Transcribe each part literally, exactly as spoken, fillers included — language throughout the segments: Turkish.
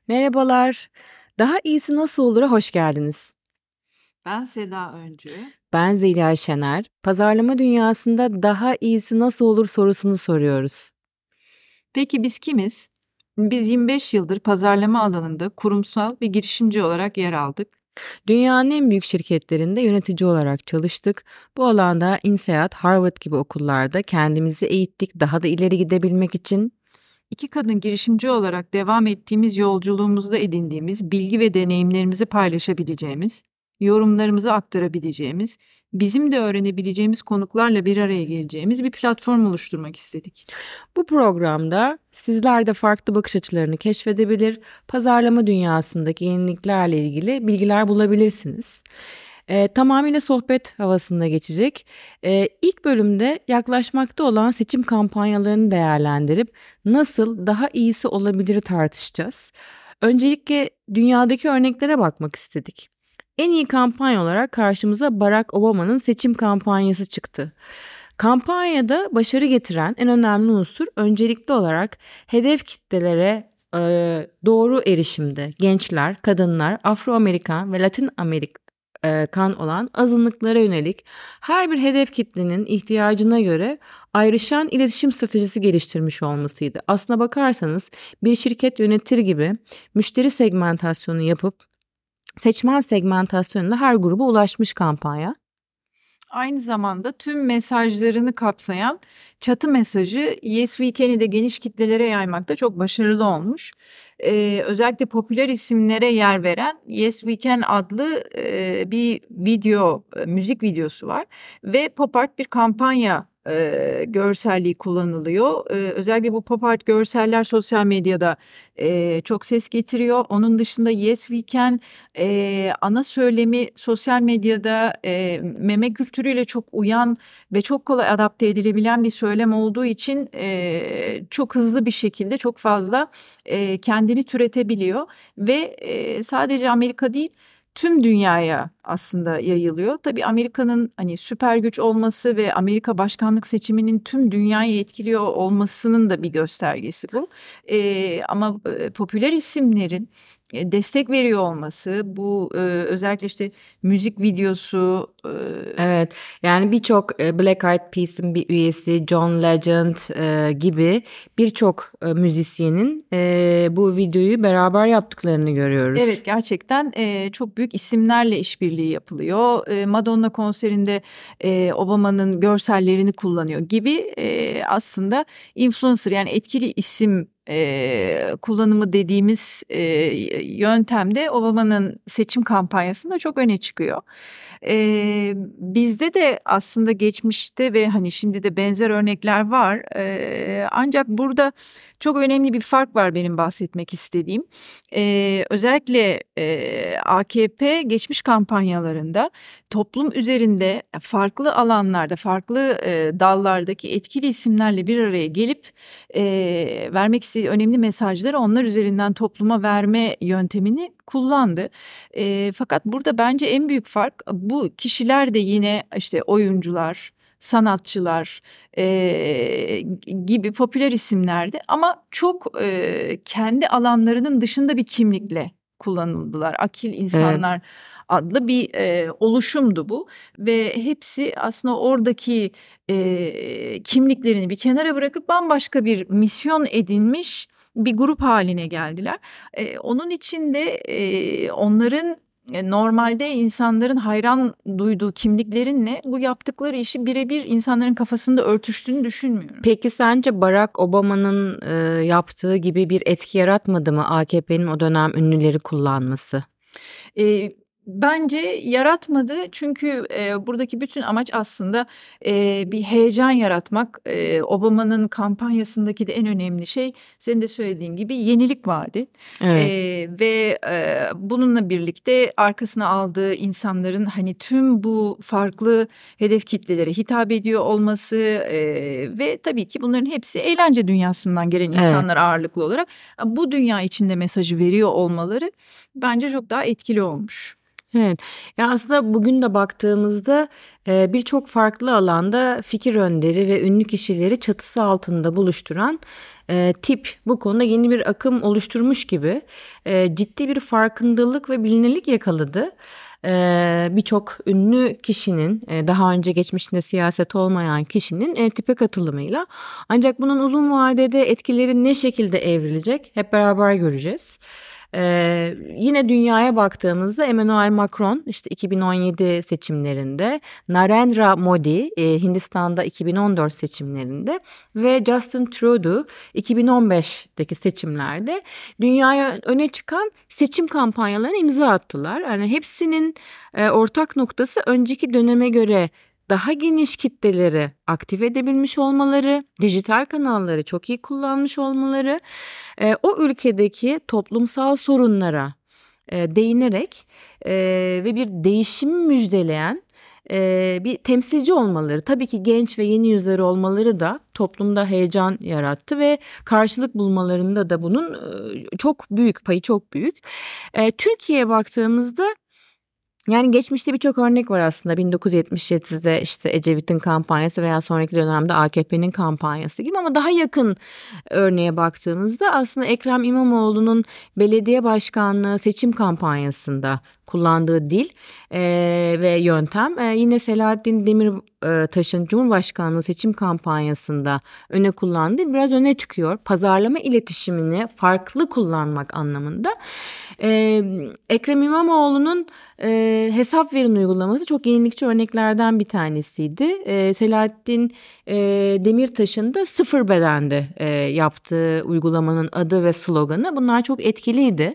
Merhabalar. Daha iyisi nasıl olur'a hoş geldiniz. Ben Seda Öncü. Ben Zeliha Şener. Pazarlama dünyasında daha iyisi nasıl olur sorusunu soruyoruz. Peki biz kimiz? Biz yirmi beş yıldır pazarlama alanında kurumsal ve girişimci olarak yer aldık. Dünyanın en büyük şirketlerinde yönetici olarak çalıştık. Bu alanda INSEAD, Harvard gibi okullarda kendimizi eğittik daha da ileri gidebilmek için. İki kadın girişimci olarak devam ettiğimiz yolculuğumuzda edindiğimiz bilgi ve deneyimlerimizi paylaşabileceğimiz, yorumlarımızı aktarabileceğimiz, bizim de öğrenebileceğimiz konuklarla bir araya geleceğimiz bir platform oluşturmak istedik. Bu programda sizler de farklı bakış açılarını keşfedebilir, pazarlama dünyasındaki yeniliklerle ilgili bilgiler bulabilirsiniz. Ee, tamamıyla sohbet havasında geçecek. Ee, ilk bölümde yaklaşmakta olan seçim kampanyalarını değerlendirip nasıl daha iyisi olabilir tartışacağız. Öncelikle dünyadaki örneklere bakmak istedik. En iyi kampanya olarak karşımıza Barack Obama'nın seçim kampanyası çıktı. Kampanyada başarı getiren en önemli unsur öncelikli olarak hedef kitlelere e, doğru erişimde gençler, kadınlar, Afro-Amerikan ve Latin Amerikan olan azınlıklara yönelik her bir hedef kitlenin ihtiyacına göre ayrışan iletişim stratejisi geliştirmiş olmasıydı. Aslına bakarsanız bir şirket yönetir gibi müşteri segmentasyonu yapıp seçmen segmentasyonuyla her gruba ulaşmış kampanya. Aynı zamanda tüm mesajlarını kapsayan çatı mesajı Yes We Can'i de geniş kitlelere yaymakta çok başarılı olmuş. Ee, özellikle popüler isimlere yer veren Yes We Can adlı e, bir video, e, müzik videosu var. Ve pop art bir kampanya e, görselliği kullanılıyor. E, özellikle bu pop art görseller sosyal medyada e, çok ses getiriyor. Onun dışında Yes We Can e, ana söylemi sosyal medyada e, meme kültürüyle çok uyan ve çok kolay adapte edilebilen bir söylem olduğu için e, çok hızlı bir şekilde çok fazla e, kendini türetebiliyor ve e, sadece Amerika değil tüm dünyaya aslında yayılıyor. Tabii Amerika'nın hani süper güç olması ve Amerika başkanlık seçiminin tüm dünyayı etkiliyor olmasının da bir göstergesi bu. E, ama e, popüler isimlerin destek veriyor olması, bu e, özellikle işte müzik videosu. E... Evet, yani birçok Black Eyed Peas'in bir üyesi, John Legend e, gibi birçok e, müzisyenin e, bu videoyu beraber yaptıklarını görüyoruz. Evet, gerçekten e, çok büyük isimlerle işbirliği yapılıyor. E, Madonna konserinde e, Obama'nın görsellerini kullanıyor gibi e, aslında influencer yani etkili isim e, kullanımı dediğimiz e, yöntemde Obama'nın seçim kampanyasında çok öne çıkıyor. E, bizde de aslında geçmişte ve hani şimdi de benzer örnekler var. E, ancak burada çok önemli bir fark var benim bahsetmek istediğim. E, özellikle e, A K P geçmiş kampanyalarında toplum üzerinde farklı alanlarda, farklı e, dallardaki etkili isimlerle bir araya gelip e, vermek istediği önemli mesajları onlar üzerinden topluma verme yöntemini kullandı. E, fakat burada bence en büyük fark bu kişiler de yine işte oyuncular, sanatçılar e, gibi popüler isimlerdi ama çok e, kendi alanlarının dışında bir kimlikle kullanıldılar. Akil insanlar evet. adlı bir e, oluşumdu bu ve hepsi aslında oradaki e, kimliklerini bir kenara bırakıp bambaşka bir misyon edinmiş bir grup haline geldiler. E, onun için de e, onların normalde insanların hayran duyduğu kimliklerinle bu yaptıkları işi birebir insanların kafasında örtüştüğünü düşünmüyorum. Peki sence Barack Obama'nın e, yaptığı gibi bir etki yaratmadı mı A K P'nin o dönem ünlüleri kullanması? E, Bence yaratmadı çünkü e, buradaki bütün amaç aslında e, bir heyecan yaratmak. E, Obama'nın kampanyasındaki de en önemli şey senin de söylediğin gibi yenilik vaadi. Evet. E, ve e, bununla birlikte arkasına aldığı insanların hani tüm bu farklı hedef kitlelere hitap ediyor olması e, ve tabii ki bunların hepsi eğlence dünyasından gelen insanlar evet. ağırlıklı olarak bu dünya içinde mesajı veriyor olmaları bence çok daha etkili olmuş. Evet. Ya aslında bugün de baktığımızda e, birçok farklı alanda fikir önderi ve ünlü kişileri çatısı altında buluşturan e, tip bu konuda yeni bir akım oluşturmuş gibi e, ciddi bir farkındalık ve bilinirlik yakaladı. E, birçok ünlü kişinin e, daha önce geçmişinde siyaset olmayan kişinin e, tipe katılımıyla, ancak bunun uzun vadede etkileri ne şekilde evrilecek hep beraber göreceğiz. Ee, yine dünyaya baktığımızda Emmanuel Macron işte iki bin on yedi seçimlerinde, Narendra Modi e, Hindistan'da iki bin on dört seçimlerinde ve Justin Trudeau iki bin on beşteki seçimlerde dünyaya öne çıkan seçim kampanyalarına imza attılar. Yani hepsinin e, ortak noktası önceki döneme göre daha geniş kitleleri aktif edebilmiş olmaları, dijital kanalları çok iyi kullanmış olmaları, e, o ülkedeki toplumsal sorunlara e, değinerek e, ve bir değişim müjdeleyen e, bir temsilci olmaları, tabii ki genç ve yeni yüzleri olmaları da toplumda heyecan yarattı ve karşılık bulmalarında da bunun e, çok büyük payı çok büyük. E, Türkiye'ye baktığımızda, yani geçmişte birçok örnek var aslında. bin dokuz yüz yetmiş yedide işte Ecevit'in kampanyası veya sonraki dönemde A K P'nin kampanyası gibi, ama daha yakın örneğe baktığımızda aslında Ekrem İmamoğlu'nun belediye başkanlığı seçim kampanyasında kullandığı dil e, ve yöntem e, yine Selahattin Demirtaş'ın Cumhurbaşkanlığı seçim kampanyasında öne kullandığı dil biraz öne çıkıyor. Pazarlama iletişimini farklı kullanmak anlamında. E, Ekrem İmamoğlu'nun e, hesap verin uygulaması çok yenilikçi örneklerden bir tanesiydi. E, Selahattin e, Demirtaş'ın da sıfır bedende e, yaptığı uygulamanın adı ve sloganı, bunlar çok etkiliydi.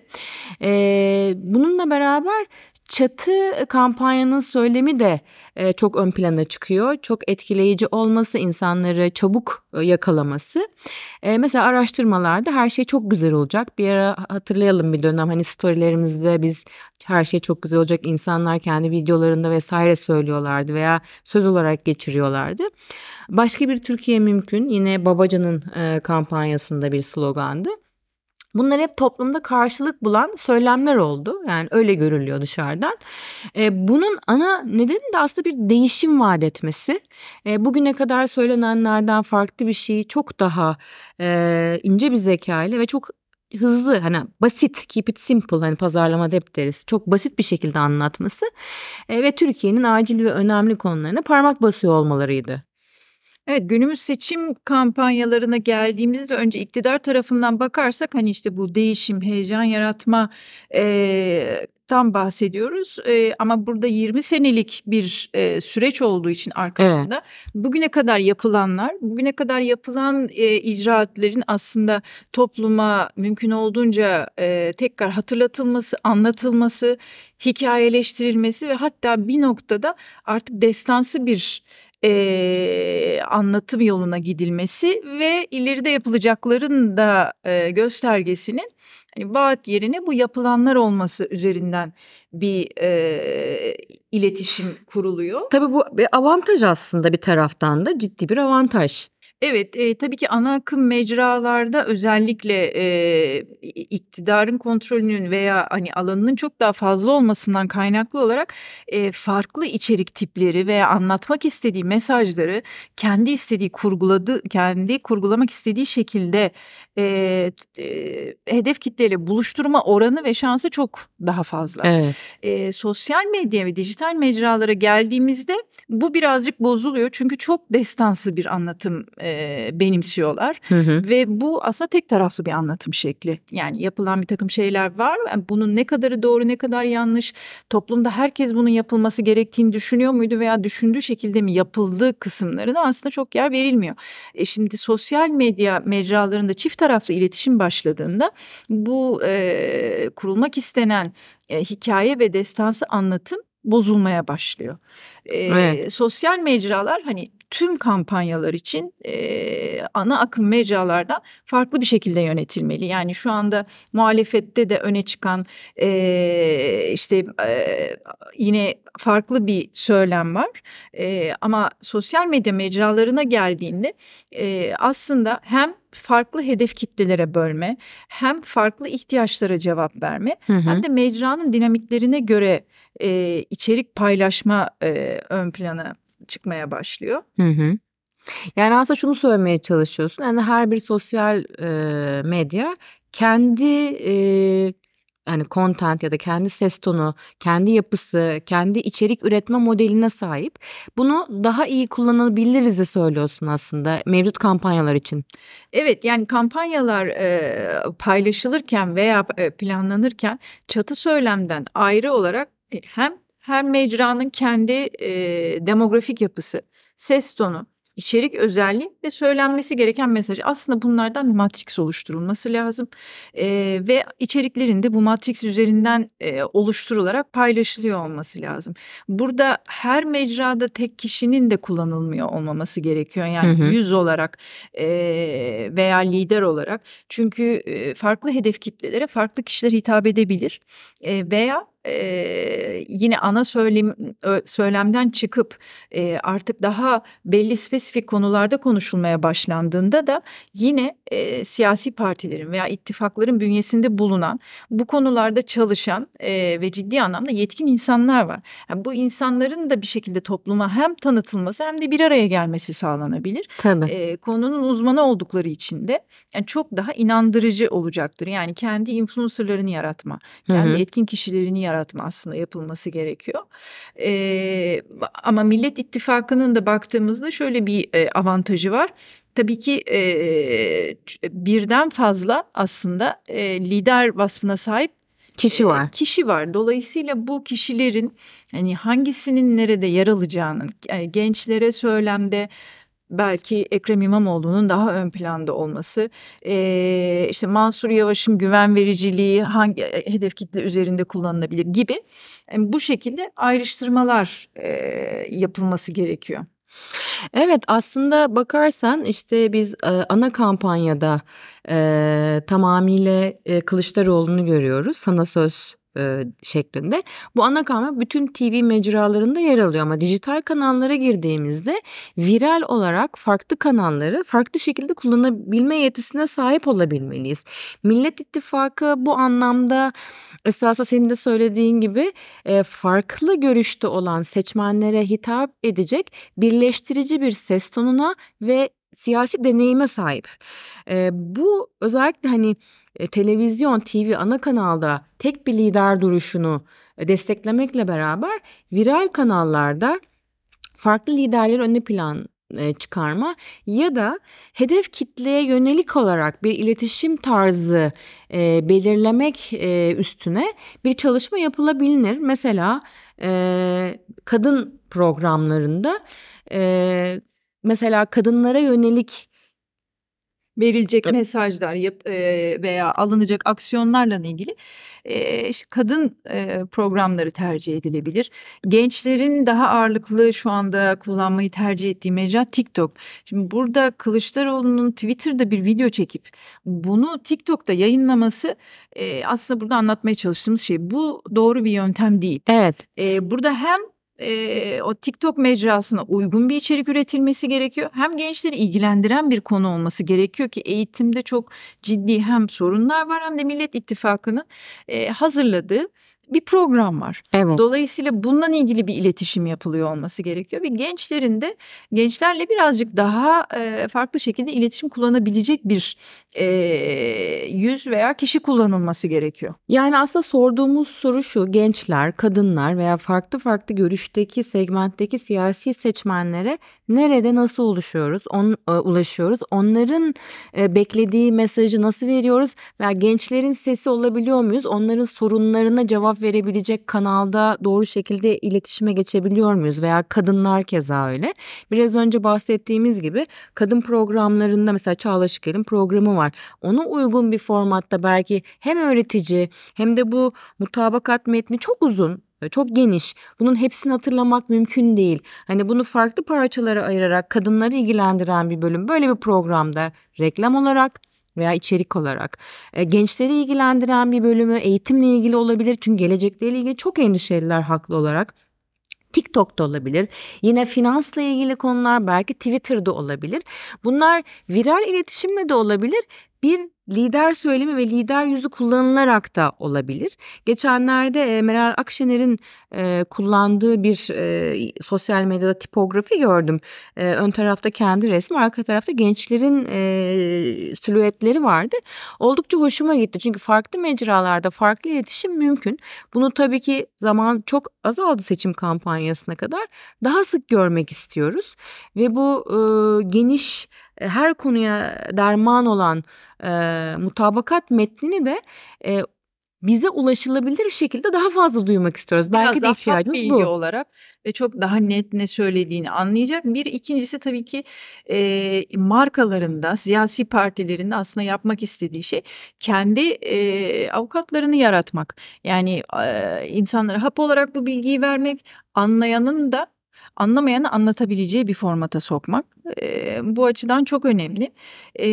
E, bununla beraber çatı kampanyanın söylemi de e, çok ön plana çıkıyor. Çok etkileyici olması, insanları çabuk e, yakalaması. E, mesela araştırmalarda her şey çok güzel olacak. Bir ara hatırlayalım, bir dönem hani storylerimizde biz her şey çok güzel olacak, insanlar kendi videolarında vesaire söylüyorlardı veya söz olarak geçiriyorlardı. Başka bir Türkiye mümkün, yine Babacan'ın e, kampanyasında bir slogandı. Bunlar hep toplumda karşılık bulan söylemler oldu. Yani öyle görülüyor dışarıdan. E, bunun ana nedeni de aslında bir değişim vaat etmesi. E, bugüne kadar söylenenlerden farklı bir şeyi çok daha e, ince bir zekayla ve çok hızlı, hani basit, keep it simple, hani pazarlamada hep deriz, çok basit bir şekilde anlatması e, ve Türkiye'nin acil ve önemli konularına parmak basıyor olmalarıydı. Evet, günümüz seçim kampanyalarına geldiğimizde önce iktidar tarafından bakarsak hani işte bu değişim, heyecan yaratma e, tam bahsediyoruz. E, ama burada yirmi senelik bir e, süreç olduğu için arkasında evet. Bugüne kadar yapılanlar, bugüne kadar yapılan e, icraatlerin aslında topluma mümkün olduğunca e, tekrar hatırlatılması, anlatılması, hikayeleştirilmesi ve hatta bir noktada artık destansı bir e, anlatım yoluna gidilmesi ve ileride yapılacakların da e, göstergesinin hani vaat yerine bu yapılanlar olması üzerinden bir e, iletişim kuruluyor. Tabii bu bir avantaj aslında, bir taraftan da ciddi bir avantaj. Evet, e, tabii ki ana akım mecralarda özellikle e, iktidarın kontrolünün veya hani alanının çok daha fazla olmasından kaynaklı olarak e, farklı içerik tipleri veya anlatmak istediği mesajları kendi istediği kurguladı, kendi kurgulamak istediği şekilde e, e, hedef kitleyle buluşturma oranı ve şansı çok daha fazla. Evet. E, sosyal medya ve dijital mecralara geldiğimizde bu birazcık bozuluyor çünkü çok destansı bir anlatım e, benimsiyorlar hı hı. ve bu aslında tek taraflı bir anlatım şekli. Yani yapılan bir takım şeyler var. Yani bunun ne kadarı doğru, ne kadar yanlış, toplumda herkes bunun yapılması gerektiğini düşünüyor muydu veya düşündüğü şekilde mi yapıldığı kısımlarına aslında çok yer verilmiyor. E şimdi sosyal medya mecralarında çift taraflı iletişim başladığında bu e, kurulmak istenen e, hikaye ve destansı anlatım bozulmaya başlıyor. Ee, evet. Sosyal mecralar hani tüm kampanyalar için e, ana akım mecralardan farklı bir şekilde yönetilmeli. Yani şu anda muhalefette de öne çıkan e, işte e, yine farklı bir söylem var. E, ama sosyal medya mecralarına geldiğinde e, aslında hem farklı hedef kitlelere bölme, hem farklı ihtiyaçlara cevap verme, hı hı. hem de mecranın dinamiklerine göre e, içerik paylaşma e, ön plana çıkmaya başlıyor. Hı hı. Yani aslında şunu söylemeye çalışıyorsun. Yani her bir sosyal e, medya kendi e, yani content ya da kendi ses tonu, kendi yapısı, kendi içerik üretme modeline sahip. Bunu daha iyi kullanabiliriz de söylüyorsun aslında mevcut kampanyalar için. Evet, yani kampanyalar e, paylaşılırken veya e, planlanırken çatı söylemden ayrı olarak e, hem her mecranın kendi e, demografik yapısı, ses tonu, içerik özelliği ve söylenmesi gereken mesaj, aslında bunlardan bir matris oluşturulması lazım e, ve içeriklerin de bu matris üzerinden e, oluşturularak paylaşılıyor olması lazım. Burada her mecrada tek kişinin de kullanılmıyor olmaması gerekiyor. Yani Hı hı. yüz olarak e, veya lider olarak, çünkü e, farklı hedef kitlelere farklı kişiler hitap edebilir e, veya Ee, yine ana söylem, söylemden çıkıp e, artık daha belli spesifik konularda konuşulmaya başlandığında da yine e, siyasi partilerin veya ittifakların bünyesinde bulunan, bu konularda çalışan e, ve ciddi anlamda yetkin insanlar var. Yani bu insanların da bir şekilde topluma hem tanıtılması hem de bir araya gelmesi sağlanabilir. Tabii. E, konunun uzmanı oldukları için de yani çok daha inandırıcı olacaktır. Yani kendi influencerlarını yaratma, kendi Hı hı. etkin kişilerini yaratma aslında yapılması gerekiyor. Ee, ama Millet İttifakı'nın da baktığımızda şöyle bir e, avantajı var. Tabii ki e, birden fazla aslında e, lider vasfına sahip Kişi var. E, kişi var. Dolayısıyla bu kişilerin hani hangisinin nerede yer alacağının, yani gençlere söylemde belki Ekrem İmamoğlu'nun daha ön planda olması, e, işte Mansur Yavaş'ın güven vericiliği hangi hedef kitle üzerinde kullanılabilir gibi, yani bu şekilde ayrıştırmalar e, yapılması gerekiyor. Evet, aslında bakarsan işte biz e, ana kampanyada e, tamamıyla e, Kılıçdaroğlu'nu görüyoruz. Sana söz e, şeklinde. Bu ana kampanya bütün T V mecralarında yer alıyor ama dijital kanallara girdiğimizde viral olarak farklı kanalları farklı şekilde kullanabilme yetisine sahip olabilmeliyiz. Millet İttifakı bu anlamda esasında senin de söylediğin gibi e, farklı görüşte olan seçmenlere hitap edecek birleştirici bir ses tonuna ve siyasi deneyime sahip. E, bu özellikle hani e, televizyon, T V ana kanalda tek bir lider duruşunu e, desteklemekle beraber viral kanallarda farklı liderleri öne plan e, çıkarma ya da hedef kitleye yönelik olarak bir iletişim tarzı e, belirlemek e, üstüne bir çalışma yapılabilir. Mesela e, kadın programlarında e, mesela kadınlara yönelik Verilecek mesajlar yap, e, veya alınacak aksiyonlarla ilgili e, işte kadın e, programları tercih edilebilir. Gençlerin daha ağırlıklı şu anda kullanmayı tercih ettiği mecra TikTok. Şimdi burada Kılıçdaroğlu'nun Twitter'da bir video çekip bunu TikTok'ta yayınlaması e, aslında burada anlatmaya çalıştığımız şey, bu doğru bir yöntem değil. Evet. E, burada hem e, o TikTok mecrasına uygun bir içerik üretilmesi gerekiyor, hem gençleri ilgilendiren bir konu olması gerekiyor ki eğitimde çok ciddi hem sorunlar var hem de Millet İttifakı'nın e, hazırladığı bir program var. Evet. Dolayısıyla bundan ilgili bir iletişim yapılıyor olması gerekiyor ve gençlerin de gençlerle birazcık daha e, farklı şekilde iletişim kullanabilecek bir e, yüz veya kişi kullanılması gerekiyor. Yani aslında sorduğumuz soru şu: gençler, kadınlar veya farklı farklı görüşteki, segmentteki siyasi seçmenlere nerede nasıl ulaşıyoruz? On, e, ulaşıyoruz? Onların e, beklediği mesajı nasıl veriyoruz? Veya gençlerin sesi olabiliyor muyuz? Onların sorunlarına cevap verebilecek kanalda doğru şekilde iletişime geçebiliyor muyuz? Veya kadınlar keza öyle. Biraz önce bahsettiğimiz gibi kadın programlarında mesela Çağla Şikel'in programı var. Ona uygun bir formatta belki hem öğretici hem de bu mutabakat metni çok uzun, çok geniş. Bunun hepsini hatırlamak mümkün değil. Hani bunu farklı parçalara ayırarak kadınları ilgilendiren bir bölüm, böyle bir programda reklam olarak veya içerik olarak e, gençleri ilgilendiren bir bölümü eğitimle ilgili olabilir. Çünkü gelecekleriyle ilgili çok endişeliler haklı olarak. TikTok'ta olabilir. Yine finansla ilgili konular belki Twitter'da olabilir. Bunlar viral iletişimle de olabilir. bir lider söylemi ve lider yüzü kullanılarak da olabilir. Geçenlerde e, Meral Akşener'in e, kullandığı bir e, sosyal medyada tipografi gördüm. E, ön tarafta kendi resmi, arka tarafta gençlerin e, silüetleri vardı. Oldukça hoşuma gitti çünkü farklı mecralarda farklı iletişim mümkün. Bunu tabii ki zaman çok azaldı seçim kampanyasına kadar. Daha sık görmek istiyoruz ve bu e, geniş, her konuya derman olan e, mutabakat metnini de e, bize ulaşılabilir şekilde daha fazla duymak istiyoruz. Biraz Belki de ihtiyacımız bilgi bu. olarak ve çok daha net ne söylediğini anlayacak. Bir ikincisi tabii ki e, markalarında, siyasi partilerinde aslında yapmak istediği şey kendi e, avukatlarını yaratmak. Yani e, insanlara hap olarak bu bilgiyi vermek, anlayanın da anlamayanı anlatabileceği bir formata sokmak. E, bu açıdan çok önemli. E,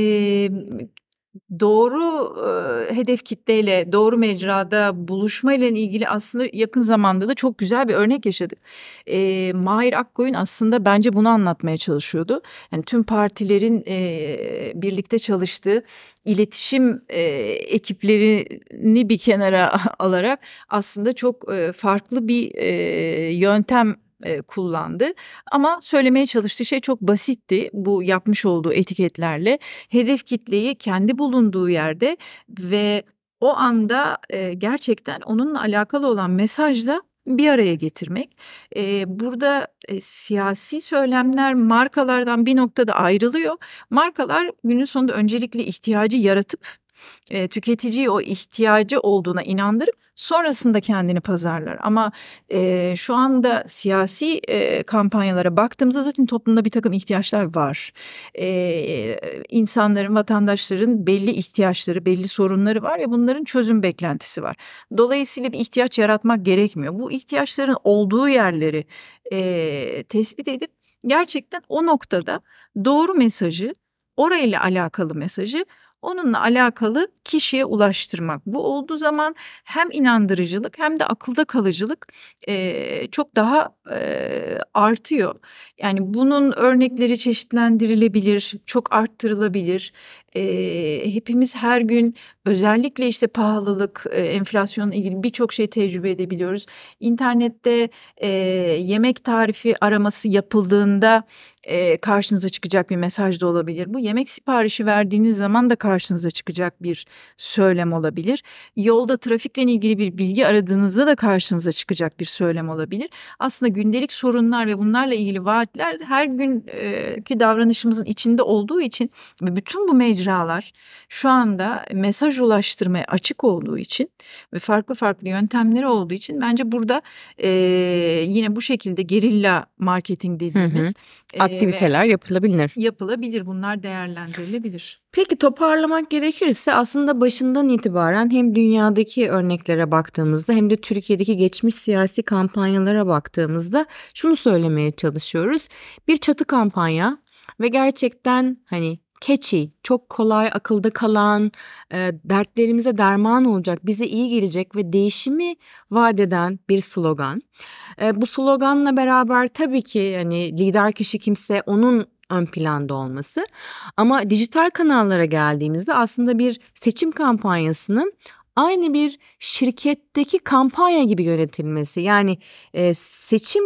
Doğru e, hedef kitleyle, doğru mecrada buluşmayla ilgili aslında yakın zamanda da çok güzel bir örnek yaşadık. E, Mahir Akkoyun aslında bence bunu anlatmaya çalışıyordu. Yani tüm partilerin e, birlikte çalıştığı iletişim e, ekiplerini bir kenara alarak aslında çok e, farklı bir e, yöntem kullandı ama söylemeye çalıştığı şey çok basitti. Bu yapmış olduğu etiketlerle hedef kitleyi kendi bulunduğu yerde ve o anda e, gerçekten onunla alakalı olan mesajla bir araya getirmek. E, burada e, siyasi söylemler markalardan bir noktada ayrılıyor. Markalar günün sonunda öncelikle ihtiyacı yaratıp e, tüketiciyi o ihtiyacı olduğuna inandırıp sonrasında kendini pazarlar. Ama e, şu anda siyasi e, kampanyalara baktığımızda zaten toplumda bir takım ihtiyaçlar var. E, insanların, vatandaşların belli ihtiyaçları, belli sorunları var ve bunların çözüm beklentisi var. Dolayısıyla bir ihtiyaç yaratmak gerekmiyor. Bu ihtiyaçların olduğu yerleri e, tespit edip gerçekten o noktada doğru mesajı, orayla alakalı mesajı onunla alakalı kişiye ulaştırmak. Bu olduğu zaman hem inandırıcılık hem de akılda kalıcılık e, çok daha e, artıyor. Yani bunun örnekleri çeşitlendirilebilir, çok arttırılabilir. E, hepimiz her gün özellikle işte pahalılık, e, enflasyonla ilgili birçok şey tecrübe edebiliyoruz. İnternette e, yemek tarifi araması yapıldığında e, karşınıza çıkacak bir mesaj da olabilir. Bu yemek siparişi verdiğiniz zaman da karşınıza çıkacak bir söylem olabilir. Yolda trafikle ilgili bir bilgi aradığınızda da karşınıza çıkacak bir söylem olabilir. Aslında gündelik sorunlar ve bunlarla ilgili vaatler her günkü davranışımızın içinde olduğu için ve bütün bu mecralar şu anda mesaj ulaştırmaya açık olduğu için ve farklı farklı yöntemleri olduğu için bence burada e, yine bu şekilde gerilla marketing dediğimiz hı hı. aktiviteler yapılabilir. Yapılabilir. Bunlar değerlendirilebilir. Peki toparlamak gerekirse aslında başından itibaren hem dünyadaki örneklere baktığımızda hem de Türkiye'deki geçmiş siyasi kampanyalara baktığımızda şunu söylemeye çalışıyoruz. Bir çatı kampanya ve gerçekten hani catchy, çok kolay, akılda kalan, e, dertlerimize derman olacak, bize iyi gelecek ve değişimi vaat eden bir slogan. E, bu sloganla beraber tabii ki hani lider kişi kimse onun ön planda olması. Ama dijital kanallara geldiğimizde aslında bir seçim kampanyasının aynı bir şirketteki kampanya gibi yönetilmesi. Yani e, seçim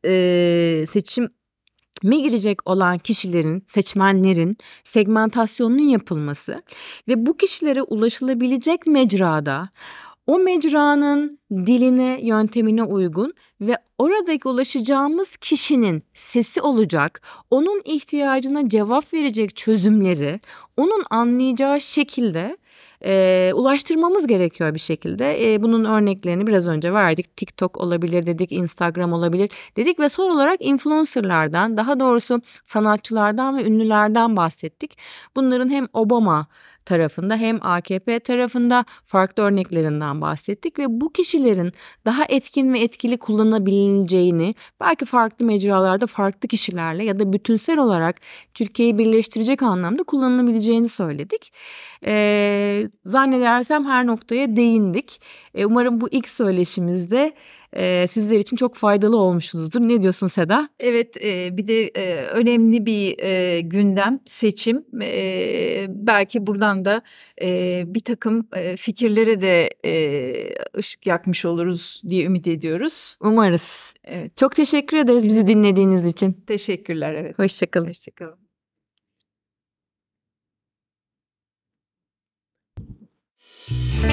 e, seçim me girecek olan kişilerin, seçmenlerin segmentasyonunun yapılması ve bu kişilere ulaşılabilecek mecrada o mecranın diline, yöntemine uygun ve oradaki ulaşacağımız kişinin sesi olacak, onun ihtiyacına cevap verecek çözümleri onun anlayacağı şekilde e, ulaştırmamız gerekiyor bir şekilde. E, bunun örneklerini biraz önce verdik. TikTok olabilir dedik, Instagram olabilir dedik ve son olarak influencerlardan, daha doğrusu sanatçılardan ve ünlülerden bahsettik. Bunların hem Obama tarafında hem A K P tarafında farklı örneklerinden bahsettik ve bu kişilerin daha etkin ve etkili kullanabileceğini belki farklı mecralarda farklı kişilerle ya da bütünsel olarak Türkiye'yi birleştirecek anlamda kullanılabileceğini söyledik. Ee, zannedersem her noktaya değindik. Ee, umarım bu ilk söyleşimizde e, sizler için çok faydalı olmuşuzdur. Ne diyorsun Seda? Evet, e, bir de e, önemli bir e, gündem seçim. E, belki buradan da e, bir takım e, fikirlere de e, ışık yakmış oluruz diye ümit ediyoruz. Umarız. Evet. Çok teşekkür ederiz bizi dinlediğiniz için. Teşekkürler. Evet. Hoşçakalın. Hoşçakalın.